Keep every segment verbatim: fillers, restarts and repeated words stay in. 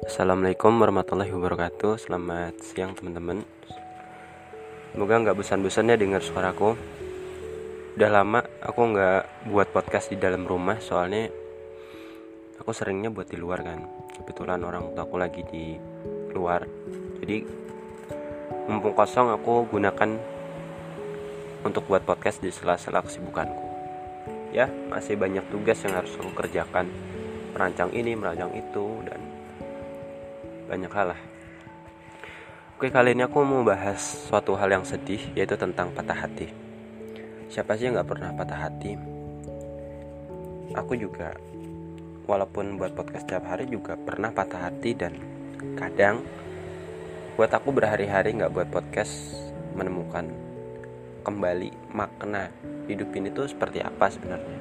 Assalamualaikum warahmatullahi wabarakatuh. Selamat siang teman-teman. Semoga gak bosan-bosan ya dengar suaraku. Udah lama aku gak buat podcast di dalam rumah, soalnya aku seringnya buat di luar kan. Kebetulan orang tua aku lagi di luar, jadi mumpung kosong aku gunakan untuk buat podcast di sela-sela kesibukanku. Ya, masih banyak tugas yang harus aku kerjakan, merancang ini, merancang itu, dan banyak hal lah. Oke, kali ini aku mau bahas suatu hal yang sedih, yaitu tentang patah hati. Siapa sih yang gak pernah patah hati? Aku juga, walaupun buat podcast setiap hari juga pernah patah hati. Dan kadang buat aku berhari-hari gak buat podcast, menemukan kembali makna hidup ini tuh seperti apa sebenarnya.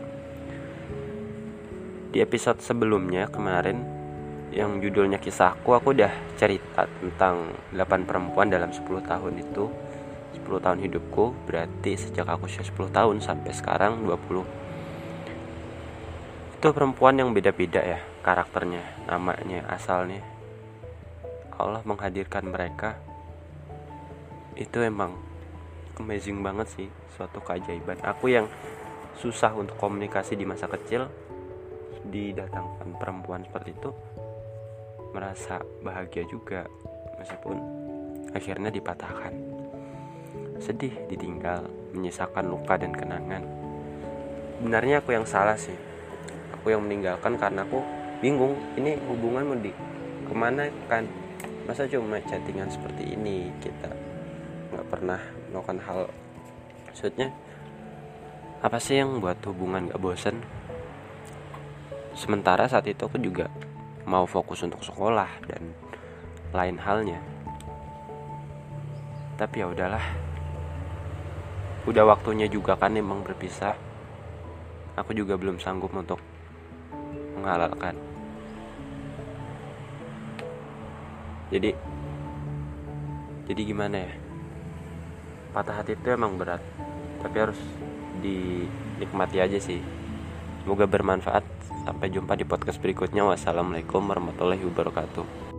Di episode sebelumnya kemarin yang judulnya Kisahku, aku udah cerita tentang delapan perempuan dalam sepuluh tahun itu. Sepuluh tahun hidupku, berarti sejak aku usia sepuluh tahun sampai sekarang dua puluh. Itu perempuan yang beda-beda ya karakternya, namanya, asalnya. Allah menghadirkan mereka, itu emang amazing banget sih, suatu keajaiban. Aku yang susah untuk komunikasi di masa kecil, didatangkan perempuan seperti itu, merasa bahagia juga, meskipun akhirnya dipatahkan. Sedih ditinggal, menyisakan luka dan kenangan. Sebenarnya aku yang salah sih. Aku yang meninggalkan karena aku bingung, ini hubungan mau di kemana kan. Masa cuma chattingan seperti ini, kita gak pernah melakukan hal. Maksudnya apa sih yang buat hubungan gak bosan? Sementara saat itu aku juga mau fokus untuk sekolah dan lain halnya. Tapi ya udahlah, udah waktunya juga kan emang berpisah. Aku juga belum sanggup untuk menghalalkan. Jadi Jadi gimana ya, patah hati itu emang berat, tapi harus dinikmati aja sih. Semoga bermanfaat. Sampai jumpa di podcast berikutnya. Wassalamualaikum warahmatullahi wabarakatuh.